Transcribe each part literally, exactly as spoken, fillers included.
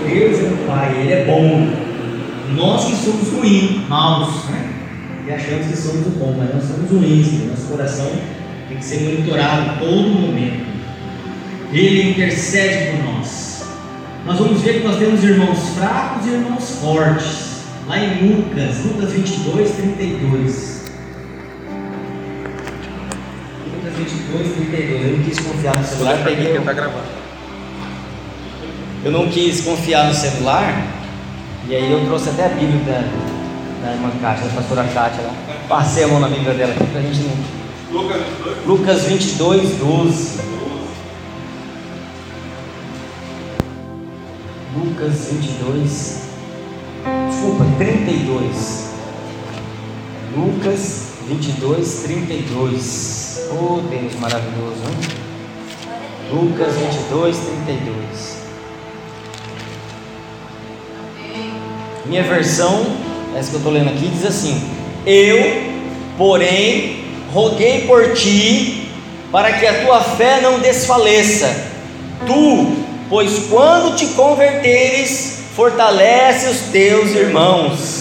Deus é um Pai, Ele é bom. Nós que somos ruins, maus, né? E achamos que somos o bom, mas nós somos ruins. Nosso coração tem que ser monitorado a todo momento. Ele intercede por nós. Nós vamos ver que nós temos irmãos fracos e irmãos fortes. Lá em Lucas, Lucas vinte e dois, trinta e dois. Lucas vinte e dois, trinta e dois. Eu não quis confiar no celular, peguei. Eu... eu não quis confiar no celular, e aí eu trouxe até a Bíblia da, da irmã Kátia, da pastora Kátia lá. Passei a mão na Bíblia dela aqui pra gente não. Lucas vinte e dois, doze. Lucas vinte e dois, desculpa, trinta e dois. Lucas vinte e dois, trinta e dois. Oh Deus maravilhoso, hein? Lucas vinte e dois, trinta e dois. Minha versão, essa que eu estou lendo aqui, diz assim: eu, porém, roguei por ti, para que a tua fé não desfaleça. Tu, pois quando te converteres, fortalece os teus irmãos.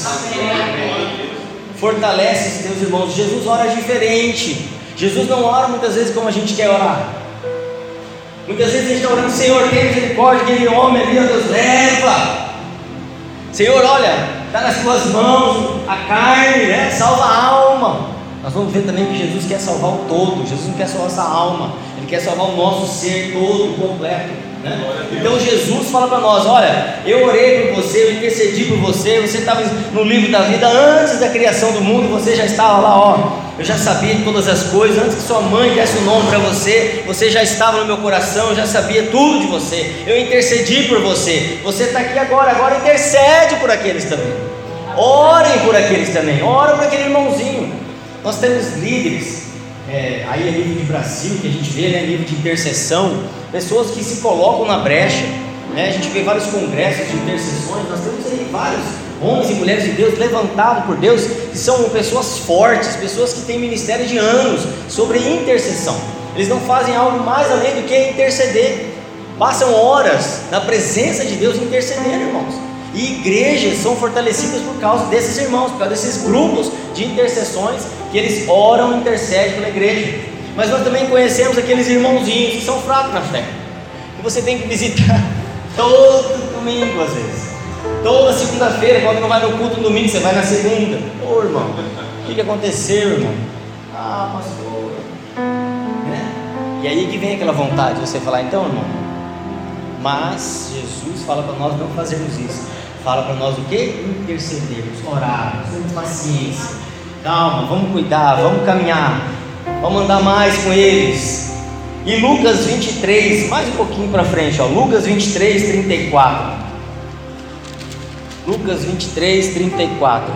Fortalece os teus irmãos. Jesus ora diferente. Jesus não ora muitas vezes como a gente quer orar. Muitas vezes a gente está orando: Senhor, tem misericórdia, aquele homem ali, ó Deus, leva. Senhor, olha, está nas tuas mãos a carne, né? Salva a alma. Nós vamos ver também que Jesus quer salvar o todo. Jesus não quer salvar essa alma, Ele quer salvar o nosso ser todo, completo, né? Então Jesus fala para nós: olha, eu orei por você, eu intercedi por você. Você estava no livro da vida antes da criação do mundo. Você já estava lá, ó. Eu já sabia de todas as coisas. Antes que sua mãe desse o nome para você, você já estava no meu coração. Eu já sabia tudo de você. Eu intercedi por você. Você está aqui agora. Agora intercede por aqueles também. Orem por aqueles também. Ora por aquele irmãozinho. Nós temos líderes, é, aí é livro de Brasil que a gente vê, né, livro de intercessão, pessoas que se colocam na brecha, né? A gente vê vários congressos de intercessões. Nós temos aí vários homens e mulheres de Deus levantados por Deus, que são pessoas fortes, pessoas que têm ministério de anos sobre intercessão. Eles não fazem algo mais além do que interceder, passam horas na presença de Deus intercedendo, irmãos. E igrejas são fortalecidas por causa desses irmãos, por causa desses grupos de intercessões que eles oram e intercedem pela igreja. Mas nós também conhecemos aqueles irmãozinhos que são fracos na fé, que você tem que visitar todo domingo às vezes. Toda segunda-feira, quando não vai no culto no domingo, você vai na segunda. Ô irmão, o que, que aconteceu, irmão? Ah, pastor, né? E aí que vem aquela vontade de você falar: então, irmão, mas Jesus fala para nós não fazermos isso. Fala para nós o que? Intercedermos, orarmos, termos paciência. Calma, vamos cuidar, vamos caminhar, vamos andar mais com eles. E Lucas vinte e três, mais um pouquinho para frente, ó, Lucas vinte e três, trinta e quatro. Lucas vinte e três, trinta e quatro.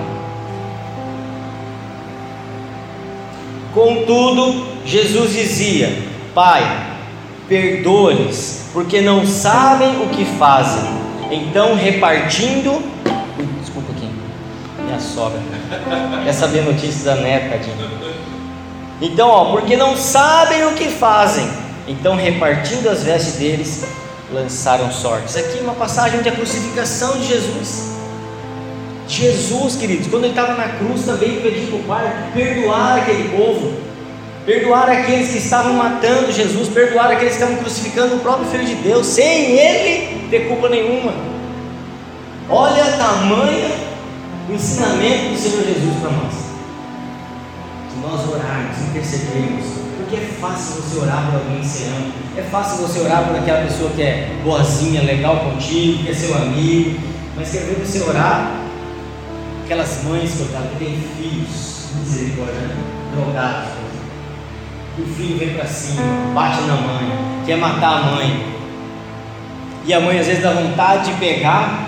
Contudo, Jesus dizia: Pai, perdoa-lhes, porque não sabem o que fazem. Então, repartindo, ui, desculpa aqui, minha sogra quer saber a notícia da neta, tadinha. Então, ó, porque não sabem o que fazem. Então, repartindo as vestes deles, lançaram sorte. Isso aqui é uma passagem onde a crucificação de Jesus. Jesus, queridos, quando ele estava na cruz, também pediu para o Pai perdoar aquele povo, perdoar aqueles que estavam matando Jesus, perdoar aqueles que estavam crucificando o próprio Filho de Deus, sem ele ter culpa nenhuma. Olha a tamanha o ensinamento do Senhor Jesus para nós. Se nós orarmos, intercedermos, porque é fácil você orar por alguém que você ama, é fácil você orar por aquela pessoa que é boazinha, legal contigo, que é seu amigo, mas quer ver você orar aquelas mães, coitadas, que têm filhos, misericórdia, né? Drogados, e o filho vem para cima, bate na mãe, quer matar a mãe, e a mãe às vezes dá vontade de pegar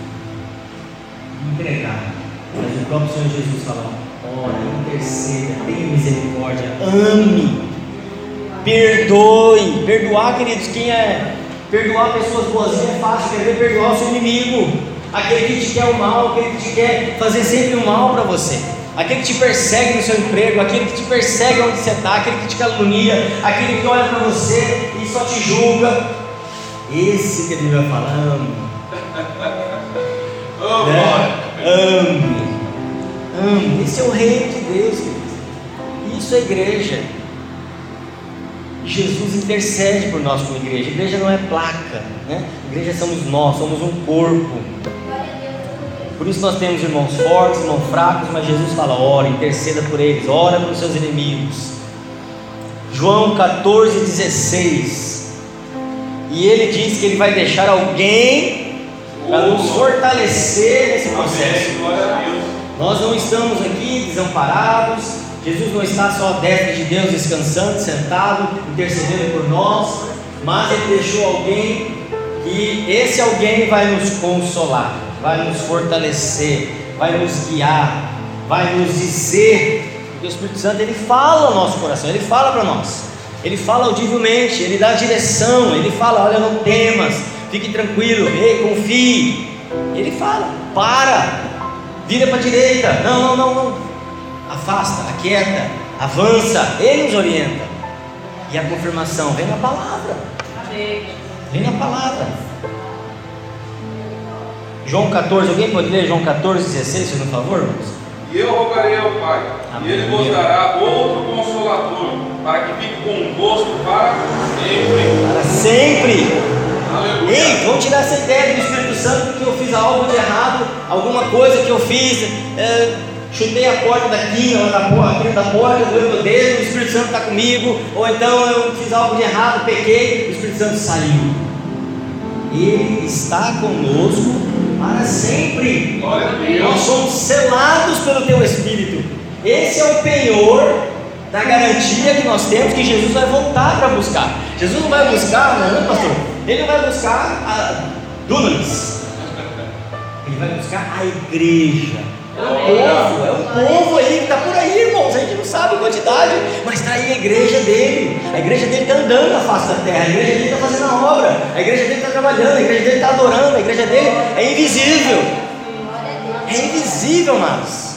e entregar, mas o próprio Senhor Jesus fala: ora, interceda, tenha misericórdia, ame, perdoe. Perdoar, queridos, quem é perdoar pessoas boazinhas é fácil, quer ver perdoar o seu inimigo, aquele que te quer o mal, aquele que te quer fazer sempre o mal para você, aquele que te persegue no seu emprego, aquele que te persegue onde você está, aquele que te calunia, aquele que olha para você e só te julga. Esse que ele vai falando, o reino de Deus, queridos. Isso é igreja. Jesus intercede por nós como igreja. A igreja não é placa, né? A igreja somos nós, somos um corpo. Por isso nós temos irmãos fortes, irmãos fracos, mas Jesus fala: ora, interceda por eles, ora pelos seus inimigos. João catorze, dezesseis. E ele diz que ele vai deixar alguém para nos fortalecer nesse processo. Nós não estamos aqui desamparados. Jesus não está só à destra de Deus, descansando, sentado, intercedendo por nós, mas Ele deixou alguém, e esse alguém vai nos consolar, vai nos fortalecer, vai nos guiar, vai nos dizer, porque o Espírito Santo Ele fala ao nosso coração, Ele fala para nós, Ele fala audivelmente, Ele dá direção, Ele fala: olha, não temas, fique tranquilo, ei, confie. Ele fala: para, vira para a direita, não, não, não, não. Afasta, aquieta, avança. Ele nos orienta. E a confirmação vem na palavra. Vem na palavra. João catorze, alguém pode ler João catorze, dezesseis, por favor, irmãos? E eu rogarei ao Pai, Amém. E Ele vos dará outro Consolador, para que fique convosco para sempre. Para sempre. Aleluia. Ei, vamos tirar essa ideia do Espírito Santo que eu fiz algo de errado, alguma coisa que eu fiz. É, chutei a porta da quina, da porta, da porta, doeu meu dedo, o Espírito Santo está comigo, ou então eu fiz algo de errado, pequei, o Espírito Santo saiu. Ele está conosco para sempre. Nós somos selados pelo Teu Espírito. Esse é o penhor da garantia que nós temos, que Jesus vai voltar para buscar. Jesus não vai buscar, não, pastor? Ele não vai buscar a dunamis, Ele vai buscar a igreja. É um povo, é um povo aí que está por aí, irmãos. A gente não sabe a quantidade, mas está aí a igreja dele. A igreja dele está andando na face da terra, a igreja dele está fazendo a obra, a igreja dele está trabalhando, a igreja dele está adorando, a igreja dele é invisível. É invisível, mas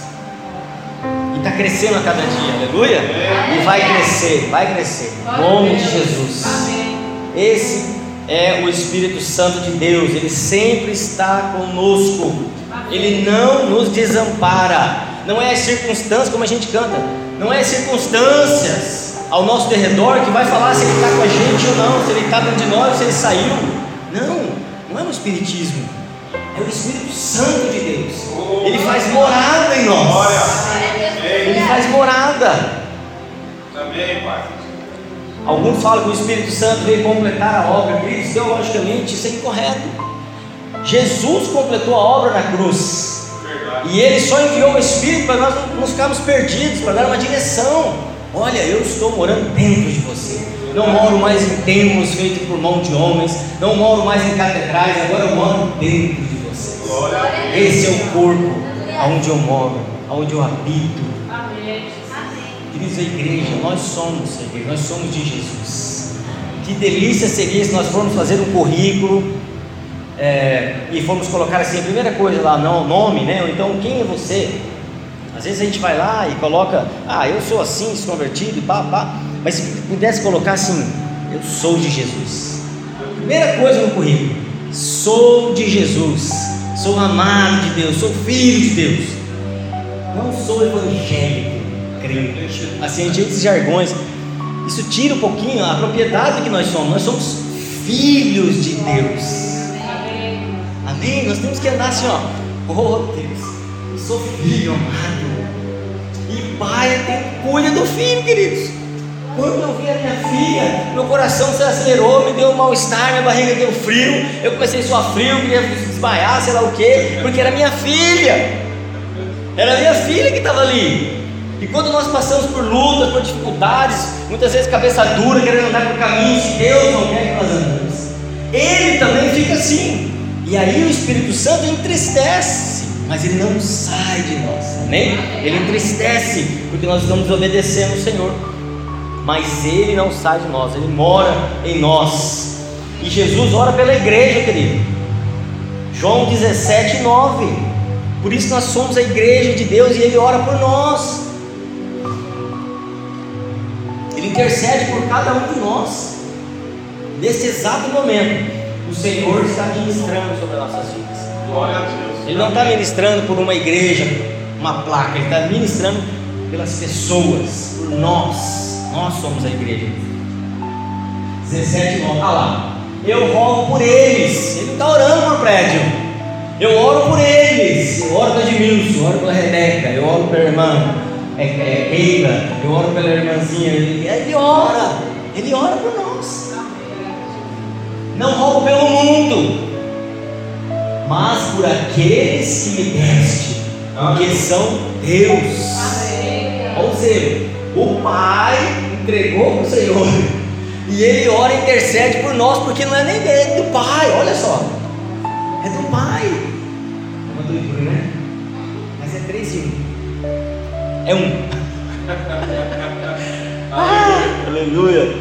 e está crescendo a cada dia, aleluia. E vai crescer, vai crescer. Em nome de Jesus. Esse é o Espírito Santo de Deus. Ele sempre está conosco. Ele não nos desampara. Não é as circunstâncias, como a gente canta, não é as circunstâncias ao nosso derredor que vai falar se Ele está com a gente ou não, se Ele está dentro de nós ou se Ele saiu. Não, não é o Espiritismo, é o Espírito Santo de Deus. Ele faz morada em nós. Ele faz morada. Amém, Pai. Alguns falam que o Espírito Santo veio completar a obra. Queridos, teologicamente isso é incorreto. Jesus completou a obra na cruz. Verdade. E Ele só enviou o Espírito para nós não ficarmos perdidos, para dar uma direção. Olha, eu estou morando dentro de você. Não moro mais em templos feitos por mão de homens, não moro mais em catedrais, agora eu moro dentro de vocês. Esse é o corpo aonde eu moro, aonde eu habito. Amém. Queridos, a igreja, nós somos a igreja, nós somos de Jesus. Que delícia seria se nós formos fazer um currículo É, e formos colocar assim, a primeira coisa lá, não, nome, né? Ou então, quem é você? Às vezes a gente vai lá e coloca: ah, eu sou assim, sou convertido, pá, pá. Mas se pudesse colocar assim: eu sou de Jesus. Primeira coisa no currículo: sou de Jesus, sou amado de Deus, sou filho de Deus. Não sou evangélico, crente. Assim, a gente tem esses jargões. Isso tira um pouquinho a propriedade que nós somos. Nós somos filhos de Deus. Amém? Nós temos que andar assim, ó. Oh Deus, eu sou filho amado. E pai tem cuida do filho, queridos. Quando eu vi a minha filha, meu coração se acelerou, me deu um mal-estar, minha barriga deu frio. Eu comecei a suar frio, queria desmaiar, sei lá o que, porque era minha filha. Era minha filha que estava ali. E quando nós passamos por lutas, por dificuldades, muitas vezes cabeça dura, querendo andar por caminhos que Deus não quer que nós andemos, Ele também fica assim. E aí o Espírito Santo entristece, mas ele não sai de nós, amém? Ele entristece, porque nós estamos obedecendo o Senhor, mas Ele não sai de nós, Ele mora em nós. E Jesus ora pela igreja, querido. João dezessete, nove. Por isso nós somos a igreja de Deus e Ele ora por nós. Ele intercede por cada um de nós. Nesse exato momento, o Senhor está ministrando sobre as nossas vidas. Glória a Deus. Ele não está ministrando por uma igreja uma placa, ele está ministrando pelas pessoas, por nós. Nós somos a igreja. dezessete, nove, olha lá. Eu rogo por eles. Ele não está orando por prédio. Eu oro por eles. Eu oro pela Edmilson, eu oro pela Rebeca, eu oro pela irmã é, é, Keila, eu oro pela irmãzinha. Ele, ele ora, ele ora por nós. Não rogo pelo mundo, mas por aqueles que me deste, porque são Deus. Ou seja, o Pai entregou para o Senhor, e Ele ora e intercede por nós, porque não é nem dele, do Pai, olha só, é do Pai. É uma doidura, né? Mas é três e um. É um. Ah, aleluia.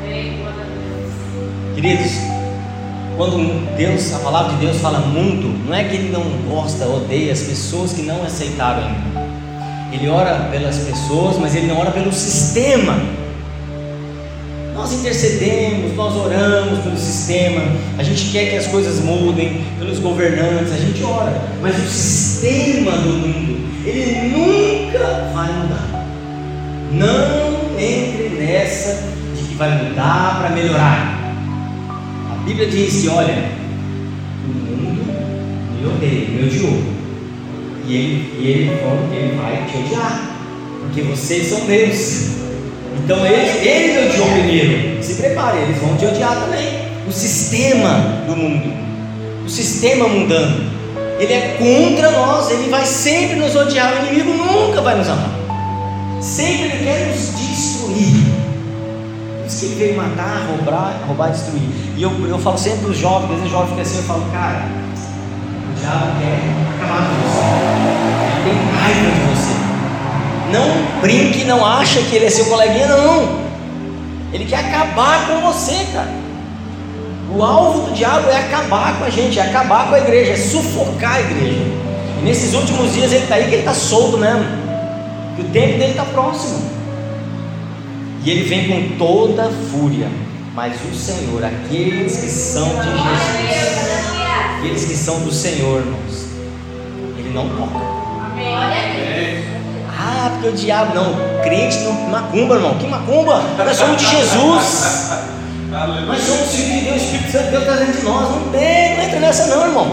Queridos, quando Deus, a palavra de Deus fala mundo, não é que Ele não gosta, odeia as pessoas que não aceitaram ainda. Ele ora pelas pessoas, mas Ele não ora pelo sistema. Nós intercedemos, nós oramos pelo sistema, a gente quer que as coisas mudem, pelos governantes, a gente ora, mas o sistema do mundo, ele nunca vai mudar. Não entre nessa de que vai mudar para melhorar. A Bíblia diz que, olha, o mundo me odeia, me odiou, e ele, e ele, ele vai te odiar, porque vocês são meus. Então ele, ele me odiou primeiro. Se prepare, eles vão te odiar também. O sistema do mundo, o sistema mundano, ele é contra nós. Ele vai sempre nos odiar. O inimigo nunca vai nos amar. Sempre ele quer nos destruir. Por isso que ele veio matar, roubar, roubar, destruir. E eu, eu falo sempre para os jovens, às vezes o jovem fica assim, eu falo, cara, o diabo quer acabar com você. Ele tem raiva de você. Não brinque, não acha que ele é seu coleguinha, não. Ele quer acabar com você, cara. O alvo do diabo é acabar com a gente, é acabar com a igreja, é sufocar a igreja. E nesses últimos dias ele está aí que ele está solto mesmo, que o tempo dele está próximo. E ele vem com toda a fúria. Mas o Senhor, aqueles que são de Jesus, aqueles que são do Senhor, irmãos, Ele não toca. Amém. Ah, porque o diabo, não, crente não, macumba, irmão, que macumba? Nós somos de Jesus, nós somos filhos de Deus, o Espírito Santo de Deus está dentro de nós, não tem, não entra nessa não, irmão.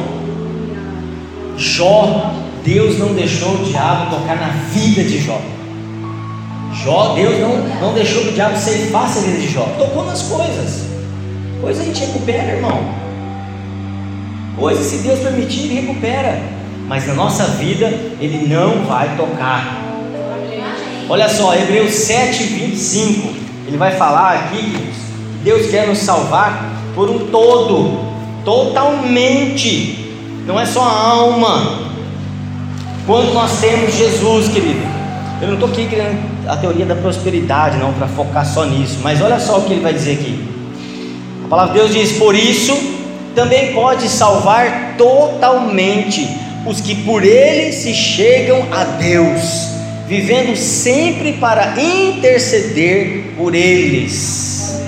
Jó, Deus não deixou o diabo tocar na vida de Jó. Jó, Deus não, não deixou que o diabo ceifar a vida de Jó, tocou nas coisas, coisa a gente recupera, irmão, coisa se Deus permitir, Ele recupera, mas na nossa vida Ele não vai tocar. Olha só, Hebreus sete, vinte e cinco, ele vai falar aqui que Deus quer nos salvar por um todo, totalmente, não é só a alma. Quando nós temos Jesus, querido, eu não estou aqui querendo a teoria da prosperidade, não, para focar só nisso, mas olha só o que ele vai dizer aqui. A palavra de Deus diz: por isso também pode salvar totalmente os que por Ele se chegam a Deus, vivendo sempre para interceder por eles.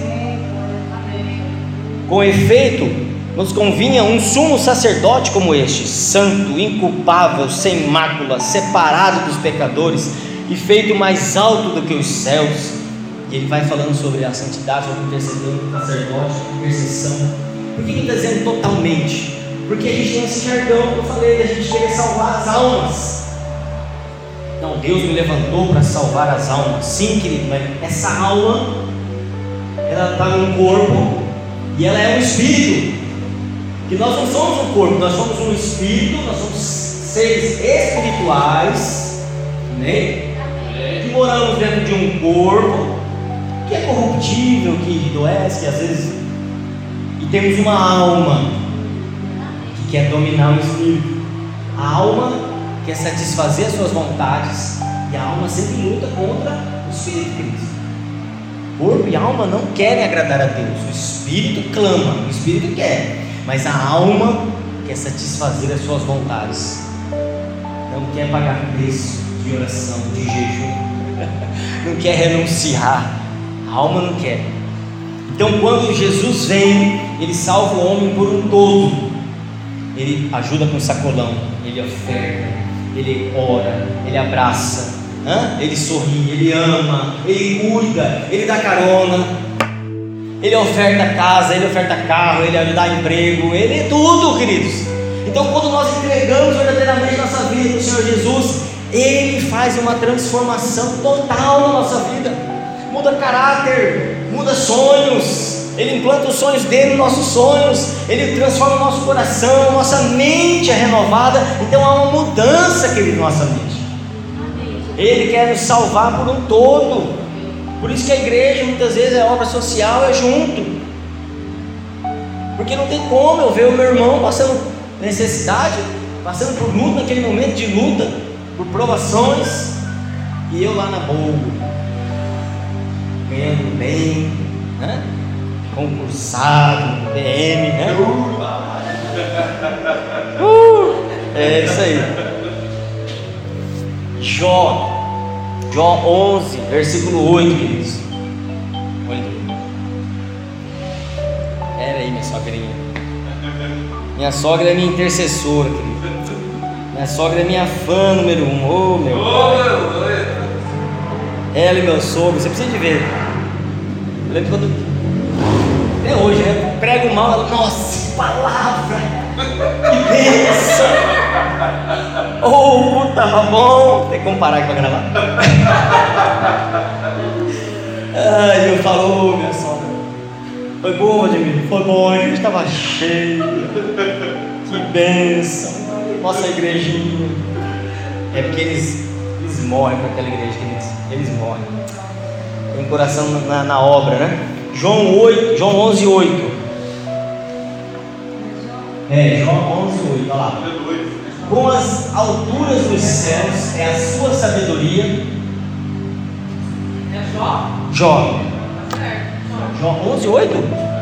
Com efeito, nos convinha um sumo sacerdote como este, santo, inculpável, sem mácula, separado dos pecadores e feito mais alto do que os céus. E ele vai falando sobre a santidade, sobre intercessão do sacerdote, intercessão. Por que ele está dizendo totalmente? Porque a gente tem esse jargão que eu falei, da gente querer salvar as almas. Não, Deus me levantou para salvar as almas. Sim, querido, mas essa alma, ela está num corpo e ela é um espírito. Que nós não somos um corpo, nós somos um espírito, nós somos seres espirituais, né? Que moramos dentro de um corpo que é corruptível, que adoece, que às vezes, e temos uma alma que quer dominar o espírito. A alma quer satisfazer as suas vontades, e a alma sempre luta contra o espírito, queridos. Corpo e alma não querem agradar a Deus. O espírito clama, o espírito quer, mas a alma quer satisfazer as suas vontades, não quer pagar preço de oração, de jejum, não quer renunciar. A alma não quer. Então, quando Jesus vem, Ele salva o homem por um todo. Ele ajuda com sacolão, Ele oferta, ele ora, ele abraça, hein? Ele sorri, ele ama, ele cuida, ele dá carona, ele oferta casa, ele oferta carro, ele dá emprego, ele é tudo, queridos. Então, quando nós entregamos verdadeiramente nossa vida para o Senhor Jesus, Ele faz uma transformação total na nossa vida, muda caráter, muda sonhos, Ele implanta os sonhos dele nos nossos sonhos, Ele transforma o nosso coração, nossa mente é renovada. Então há uma mudança, querido, na nossa mente. Ele quer nos salvar por um todo. Por isso que a igreja muitas vezes é obra social, é junto, porque não tem como eu ver o meu irmão passando necessidade, passando por luta, naquele momento de luta, por provações, e eu lá na boa, ganhando bem, né? Concursado, P M, né? Uh, é isso aí. Jó, Jó onze, versículo oito, queridos. Olha aí. Pera aí, minha sogrinha. Minha sogra é minha intercessora, querido. Minha sogra é minha fã número um. Ô oh, meu pai. Ela e meu sogro, você precisa de ver. Eu lembro quando, até hoje, né? Prego mal, ela, nossa, que palavra, que bênção. Oh, puta, tá bom. Tem como parar aqui pra gravar? Ai, eu falo, oh, minha sogra, foi bom, Ademir? Foi bom, a gente estava cheio. Que bênção. Nossa igrejinha. É porque eles, eles morrem para aquela igreja, eles, eles morrem. Tem coração na, na obra, né? João oito, João onze, oito. É, João onze, oito, olha lá. Com as alturas dos céus é a sua sabedoria. É Jó? Jó. João onze, oito?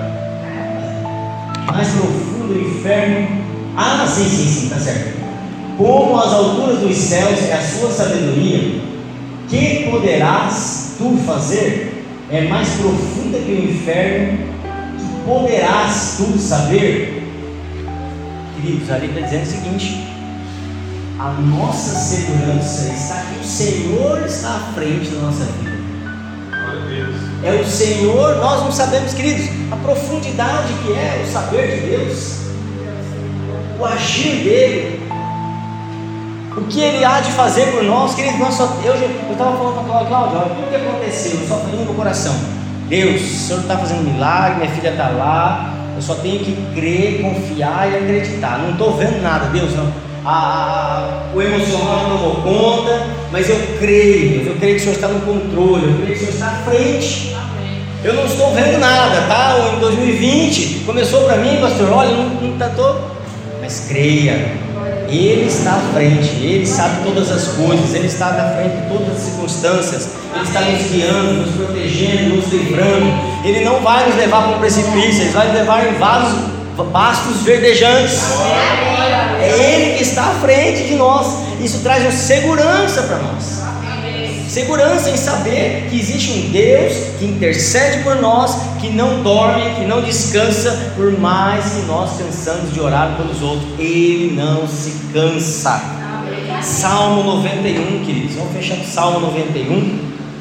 Mais profundo do inferno. Ah, sim, sim, sim, tá certo. Como as alturas dos céus é a sua sabedoria, que poderás tu fazer? É mais profunda que o inferno, que poderás tu saber? Queridos, ali está dizendo o seguinte: a nossa segurança está que o Senhor está à frente da nossa vida. É o Senhor, nós não sabemos, queridos, a profundidade que é o saber de Deus, o agir dele, o que ele há de fazer por nós, queridos. Nós só, eu estava falando com a Cláudia, Cláudia, olha tudo que aconteceu, eu só falei no meu coração: Deus, o Senhor está fazendo milagre, minha filha está lá, eu só tenho que crer, confiar e acreditar. Não estou vendo nada, Deus, não. A, a, o emocional não tomou conta, mas eu creio, eu creio que o Senhor está no controle, eu creio que o Senhor está à frente. Eu não estou vendo nada, tá? Em dois mil e vinte começou para mim, pastor, olha, não, não está todo, mas creia, Ele está à frente, Ele sabe todas as coisas, Ele está na frente de todas as circunstâncias, Ele está nos guiando, nos protegendo, nos livrando. Ele não vai nos levar para um precipício, Ele vai nos levar em vários pastos verdejantes. É Ele que está à frente de nós. Isso traz uma segurança para nós, segurança em saber que existe um Deus que intercede por nós, que não dorme, que não descansa, por mais que nós cansamos de orar pelos outros, Ele não se cansa. Salmo noventa e um, queridos, vamos fechar com Salmo noventa e um,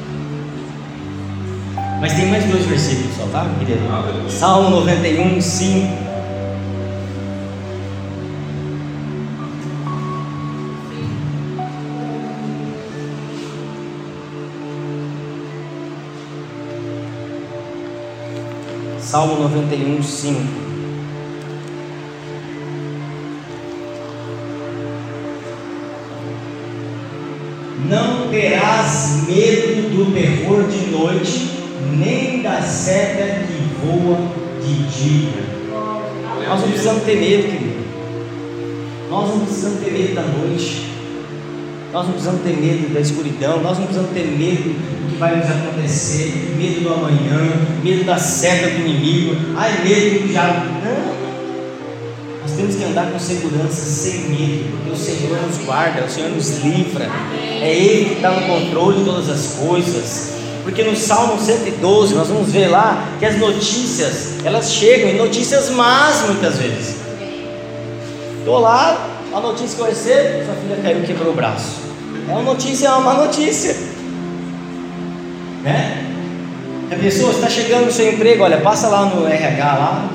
mas tem mais dois versículos só, tá, querido? Salmo noventa e um, cinco. Salmo noventa e um, cinco. Não terás medo do terror de noite, nem da seta que voa de dia. Nós não precisamos ter medo, querido. Nós não precisamos ter medo da noite. Nós não precisamos ter medo da escuridão. Nós não precisamos ter medo do que vai nos acontecer, medo do amanhã, medo da seta do inimigo, ai, medo do diabo. Não. Nós temos que andar com segurança, sem medo, porque o Senhor nos guarda, o Senhor nos livra. É Ele que está no controle de todas as coisas. Porque no Salmo cento e doze nós vamos ver lá que as notícias, elas chegam, e notícias más muitas vezes. Estou lá, a notícia que eu recebo, sua filha caiu e quebrou o braço. É uma notícia, é uma má notícia, né? A pessoa está chegando no seu emprego, olha, passa lá no R H lá,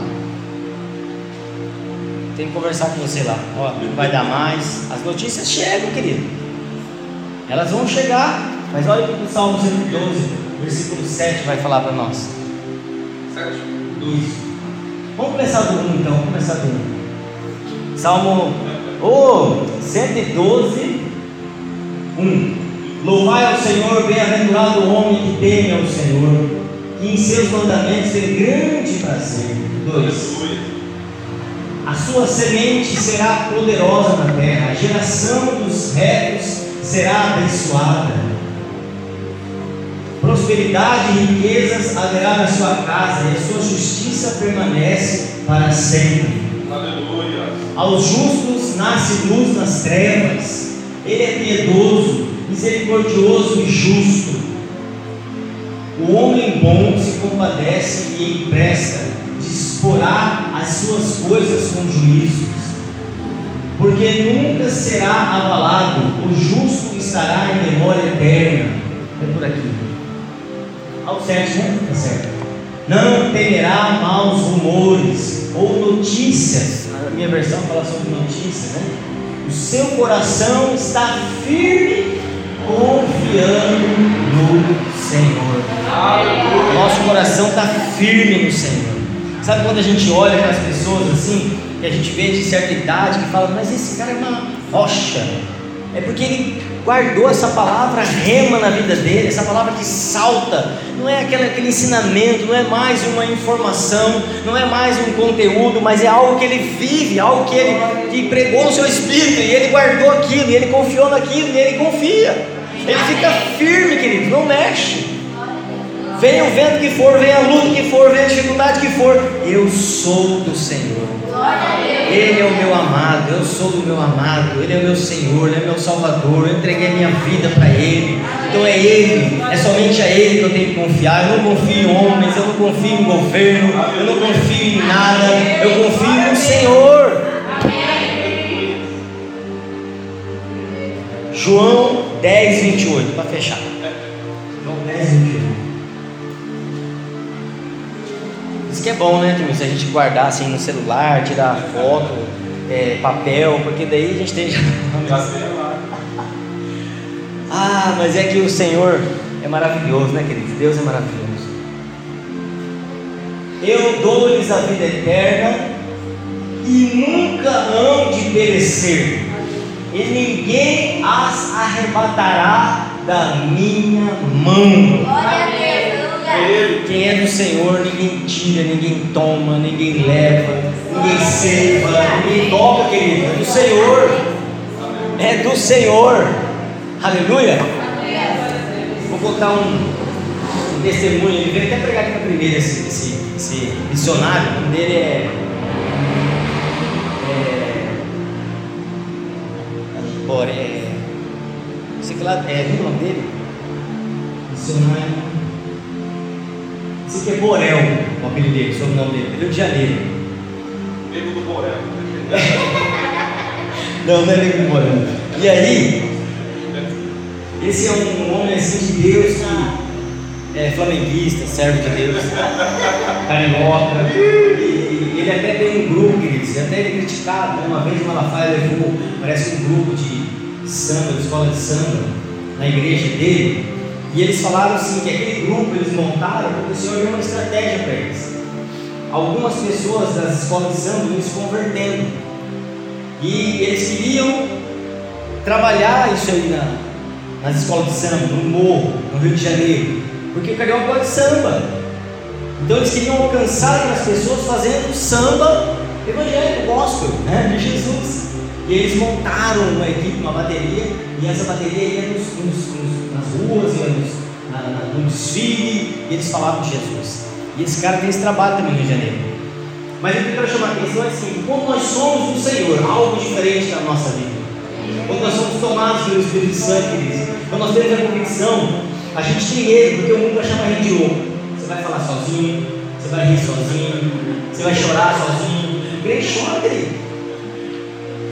tem que conversar com você lá, ó, não vai dar mais. As notícias chegam, querido, elas vão chegar, mas olha o que o Salmo cento e doze, versículo sete vai falar para nós. sete. Isso. Vamos começar do um então, vamos começar do um. Salmo oh, cento e doze, um. Louvai ao Senhor, bem-aventurado o homem que teme ao Senhor, que em seus mandamentos tem grande prazer. dois. A sua semente será poderosa na terra, a geração dos retos será abençoada. Prosperidade e riquezas haverá na sua casa, e a sua justiça permanece para sempre. Aleluia. Aos justos nasce luz nas trevas, ele é piedoso, misericordioso e justo. O homem bom se compadece e empresta, disporá as suas coisas com juízos, porque nunca será abalado, o justo estará em memória eterna. É por aqui. Ao sete, né? Tá certo. Não temerá maus rumores ou notícias. Na minha versão fala sobre notícias, né? O seu coração está firme, confiando no Senhor. Aleluia. Nosso coração está firme no Senhor. Sabe quando a gente olha para as pessoas assim, e a gente vê de certa idade que fala, mas esse cara é uma rocha. É porque ele guardou essa palavra rema na vida dele, essa palavra que salta. Não é aquele, aquele ensinamento, não é mais uma informação, não é mais um conteúdo, mas é algo que ele vive, algo que ele que pregou no seu espírito, e ele guardou aquilo, e ele confiou naquilo, e ele confia. Ele fica firme, querido, não mexe. Venha o vento que for, venha a luta que for, venha a dificuldade que for, eu sou do Senhor. Ele é o meu amado, eu sou do meu amado, Ele é o meu Senhor, Ele é meu Salvador, eu entreguei a minha vida para Ele, então é Ele, é somente a Ele que eu tenho que confiar. Eu não confio em homens, eu não confio em governo, eu não confio em nada, eu confio no Senhor. João dez, vinte e oito, para fechar. João dez, vinte e oito. Isso que é bom, né, Timóteo? Se a gente guardar assim no celular, tirar foto, é, papel, porque daí a gente tem. Ah, mas é que o Senhor é maravilhoso, né, queridos? Deus é maravilhoso. Eu dou-lhes a vida eterna e nunca hão de perecer, e ninguém as arrebatará da minha mão. Glória a Deus. Quem é do Senhor, ninguém tira, ninguém toma, ninguém leva, ninguém ceifa, ninguém toca, querido. É do Senhor. É do Senhor. Aleluia. Vou contar um, um testemunho. Ele veio até pregar aqui na primeira, esse, esse, esse missionário. O nome dele é, é Bora, é não sei que lá, é, viu o nome dele? Missionário. Esse aqui é Borel, o apelido dele, sobre o nome dele, Rio de Janeiro. Nego do Borel. Não, não é nego do Borel. E aí, esse é um homem assim de Deus que é flamenguista, servo de Deus, carioca. E ele até tem um grupo, queridos, até ele é criticado. Uma vez o Malafaia levou, parece um grupo de samba, de escola de samba, na igreja dele. E eles falaram assim, que aquele grupo eles montaram porque o Senhor deu uma estratégia para eles. Algumas pessoas das escolas de samba iam se convertendo, e eles queriam trabalhar isso aí na, nas escolas de samba, no morro, no Rio de Janeiro, porque o carioca gosta de samba. Então eles queriam alcançar aquelas pessoas fazendo samba evangélico, gospel, né, de Jesus. E eles montaram uma equipe, uma bateria, e essa bateria ia nos, nos, nos, nas ruas, ia nos, na, na, no desfile, e eles falavam de Jesus. E esse cara tem esse trabalho também no Rio de Janeiro. Mas o que eu quero chamar a atenção é assim: quando nós somos do Senhor, algo diferente na nossa vida, quando nós somos tomados pelo Espírito Santo, queridos, quando nós temos a convicção, a gente tem medo, porque o mundo vai chamar a gente de louco. Você vai falar sozinho, você vai rir sozinho, você vai chorar sozinho. O crente chora, querido.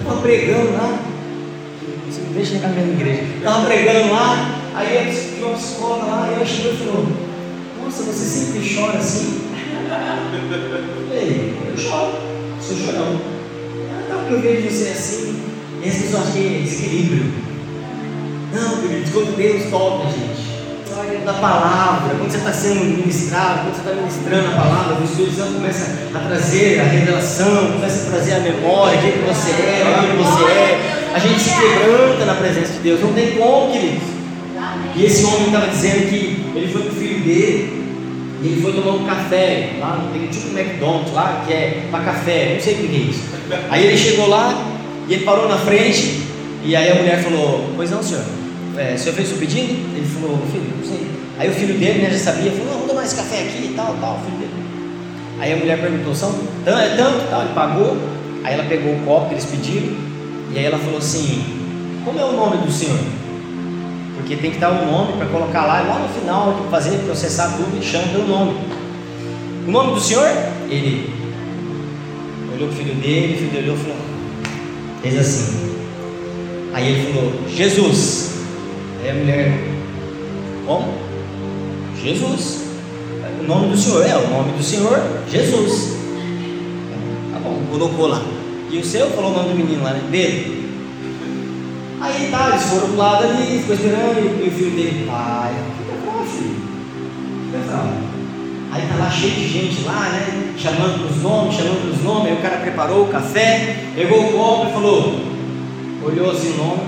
estava pregando lá, você não deixa na minha igreja, estava pregando lá, aí tinha uma psicóloga lá, e ela chegou e falou: nossa, você sempre chora assim? Eu falei: eu choro, sou chorão. Ah, não, porque eu vejo você assim, e as pessoas acham que é desequilíbrio. Não, queridos, quando Deus toca a gente, da palavra, quando você está sendo ministrado, quando você está ministrando a palavra, o Espírito Santo começa a trazer a revelação, começa a trazer a memória, quem que você é, quem que você é, a gente se quebranta na presença de Deus, não tem como, queridos. E esse homem estava dizendo que ele foi com o filho dele, e ele foi tomar um café, lá tem tipo um McDonald's lá, que é para café, não sei o que é isso. Aí ele chegou lá, e ele parou na frente, e aí a mulher falou: pois não, senhor, é, o senhor fez o seu pedido? Ele falou: filho, não sei. Aí o filho dele, né, já sabia, falou: não, vamos tomar esse café aqui e tal, tal, o filho dele. Aí a mulher perguntou: são é tanto, tal, ele pagou. Aí ela pegou o copo que eles pediram, e aí ela falou assim: como é o nome do senhor? Porque tem que dar um nome para colocar lá, e lá no final, tem que fazer, processar tudo, e chama pelo nome. O nome do senhor? Ele olhou para o filho dele, o filho dele olhou e falou, fez assim. Aí ele falou: Jesus. Aí a mulher: como? Jesus. O nome do senhor? É, o nome do senhor, Jesus. Tá bom, colocou lá. E o seu? Falou o nome do menino lá, né? Pedro. Aí tá, eles foram pro lado ali, ficou esperando, e o filho dele: pai, fica calmo, filho, fica calmo. Aí tá lá cheio de gente lá, né? Chamando pelos nomes, chamando pelos nomes. Aí o cara preparou o café, pegou o copo e falou, olhou assim o nome: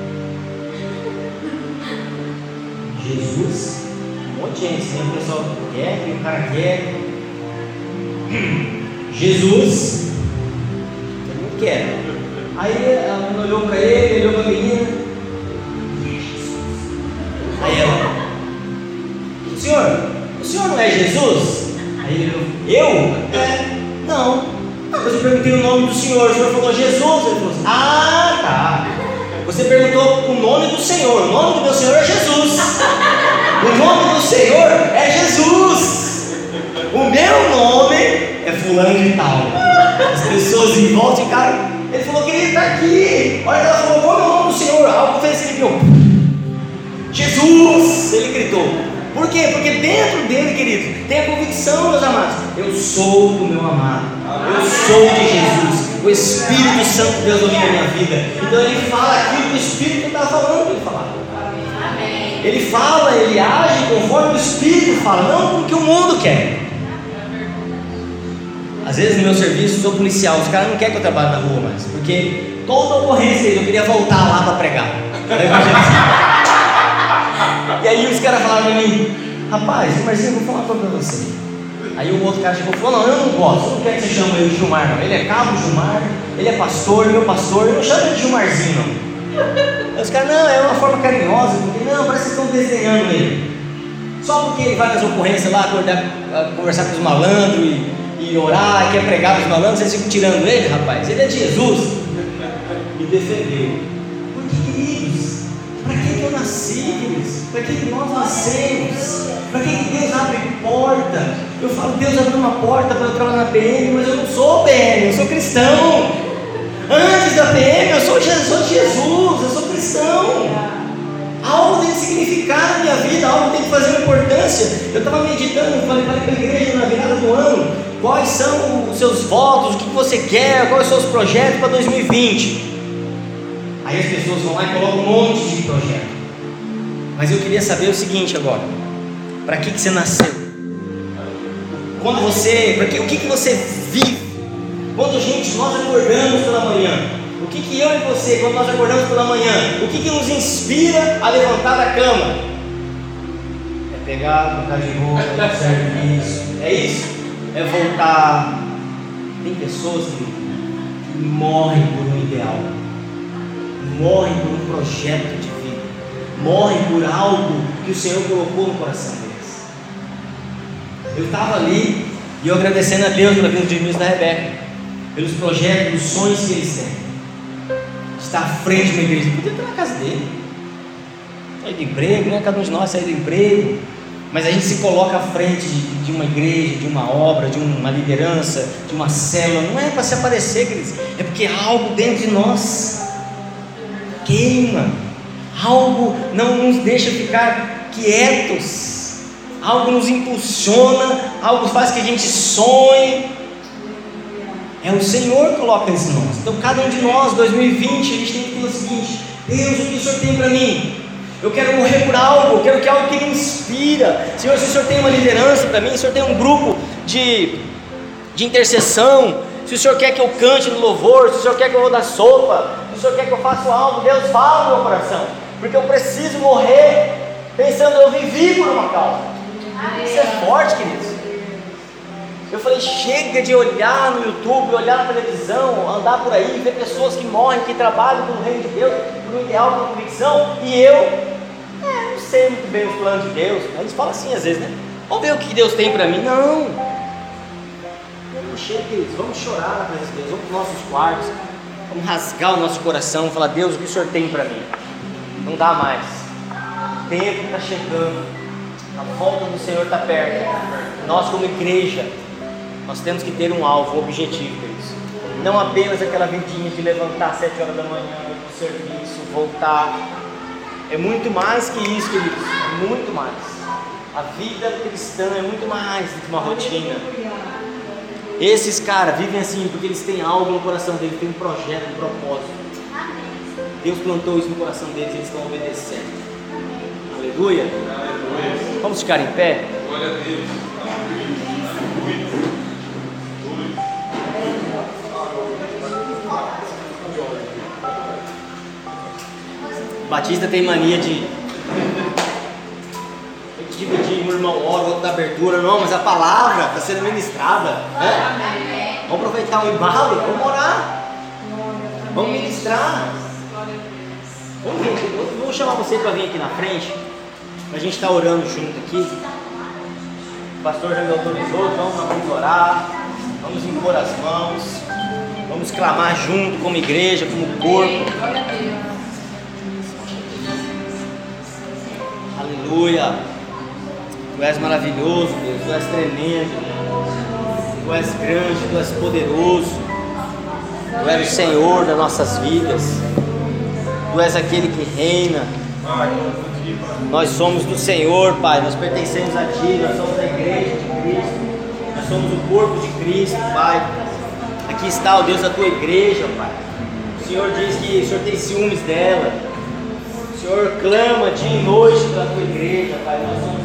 Jesus. Um monte de gente, né? O pessoal quer, que o cara quer. Jesus. Todo mundo quer. Aí a menina olhou para ele, olhou para a menina. Aí ela: o senhor, o senhor não é Jesus? Aí ele falou: eu? É, não. Ah, mas eu perguntei o nome do senhor, o senhor falou Jesus. Ele falou assim: ah, tá. Você perguntou o nome do Senhor, o nome do meu Senhor é Jesus. O nome do Senhor é Jesus. O meu nome é fulano de tal. As pessoas em volta ficaram. Ele falou que ele está aqui. Olha, ela falou: qual é o nome do Senhor? Algo fez ele gritou: Jesus. Ele gritou. Por quê? Porque dentro dele, querido, tem a convicção, meus amados: eu sou do meu amado, eu sou de Jesus. O Espírito Santo de Deus domina a minha vida. Então ele fala aquilo que o Espírito está falando para ele falar. Ele fala, ele age conforme o Espírito fala, não como que o mundo quer. Às vezes no meu serviço, sou policial, os caras não querem que eu trabalhe na rua mais, porque toda ocorrência eu queria voltar lá para pregar. E aí os caras falaram para mim: rapaz, Marcinho, eu vou falar para você. Aí o outro cara chegou e falou: não, eu não gosto, eu não quero que você chame ele de Gilmar, não. Ele é cabo Gilmar, ele é pastor, meu pastor, eu não chamo ele de Gilmarzinho, não. Aí os caras: não, é uma forma carinhosa, porque não, parece que estão desenhando ele. Só porque ele vai nas ocorrências lá, acordar, conversar com os malandros e, e orar, e quer pregar para os malandros, vocês ficam tirando ele, rapaz. Ele é de Jesus. Me defendeu. Porque, queridos, para que, que eu nasci, queridos? Para que, que nós nascemos? Para que, que Deus abre porta? Eu falo: Deus abriu uma porta para eu trabalhar na P M, mas eu não sou P M, eu sou cristão. Antes da P M eu sou Jesus, sou Jesus, eu sou cristão. Algo tem que significar na minha vida, algo tem que fazer uma importância. Eu estava meditando, falei para a igreja na virada do ano: quais são os seus votos, o que você quer, quais são os seus projetos para dois mil e vinte. Aí as pessoas vão lá e colocam um monte de projeto. Mas eu queria saber o seguinte agora: para que, que você nasceu? Quando você, para que, o que, que você vive? Quando, gente, nós acordamos pela manhã, o que, que eu e você, quando nós acordamos pela manhã, o que, que nos inspira a levantar da cama? É pegar, trocar de roupa, é serviço, é isso? É voltar. Tem pessoas que, que morrem por um ideal, morrem por um projeto de vida, morrem por algo que o Senhor colocou no coração deles. Eu estava ali e eu agradecendo a Deus pela vida de Edmilson e da Rebeca, pelos projetos, pelos sonhos que eles têm. Está à frente de uma igreja, podia estar na casa dele, sair do emprego, né? Cada um de nós sair do emprego, Mas a gente se coloca à frente de, de uma igreja, de uma obra, de uma liderança, de uma célula. Não é para se aparecer, queridos. É porque algo dentro de nós queima. Algo não nos deixa ficar quietos. Algo nos impulsiona. Algo faz que a gente sonhe. É o Senhor que coloca isso em nós. Então cada um de nós, dois mil e vinte, a gente tem que ter o seguinte: Deus, o que o Senhor tem para mim? Eu quero morrer por algo, eu quero que algo que me inspira. Senhor, se o Senhor tem uma liderança para mim, se o Senhor tem um grupo de, de intercessão, se o Senhor quer que eu cante no louvor, se o Senhor quer que eu vou dar sopa, se o Senhor quer que eu faça algo, Deus, fala no meu coração, porque eu preciso morrer pensando, eu vivi por uma causa. Isso é forte, queridos. Eu falei, chega de olhar no YouTube, olhar na televisão, andar por aí, ver pessoas que morrem, que trabalham no reino de Deus, no ideal, com convicção, e eu, é, não sei muito bem os planos de Deus. A gente fala assim às vezes, né? Vamos ver o que Deus tem para mim. Não, não chega, queridos, vamos chorar na presença de Deus, vamos para os nossos quartos, vamos rasgar o nosso coração, falar, Deus, o que o Senhor tem para mim? Não dá mais, o tempo está chegando, a volta do Senhor está perto. Nós como igreja, nós temos que ter um alvo, um objetivo, queridos. Não apenas aquela vidinha de levantar às sete horas da manhã, ir para o serviço, voltar. É muito mais que isso, queridos. É muito mais. A vida cristã é muito mais do que uma rotina. Esses caras vivem assim porque eles têm algo no coração deles, têm um projeto, um propósito. Deus plantou isso no coração deles e eles estão obedecendo. Aleluia. Aleluia. Vamos ficar em pé? Glória a Deus. Batista tem mania de tem que dividir, um irmão ora, outro da abertura. Não, mas a palavra está sendo ministrada, né? Vamos aproveitar o embalo, vamos orar, vamos ministrar. Vamos vir, eu vou chamar você para vir aqui na frente, para a gente estar orando junto aqui. O pastor já me autorizou, então nós vamos orar, vamos impor as mãos, vamos clamar junto como igreja, como corpo. Aleluia. Tu és maravilhoso, Deus, Tu és tremendo, Tu és grande, Tu és poderoso, Tu és o Senhor das nossas vidas, Tu és aquele que reina. Nós somos do Senhor, Pai, nós pertencemos a Ti, nós somos a igreja de Cristo, nós somos o corpo de Cristo, Pai. Aqui está o Deus da Tua igreja, Pai. O Senhor diz que o Senhor tem ciúmes dela. O Senhor clama dia e noite pela Tua igreja, Pai. Nós somos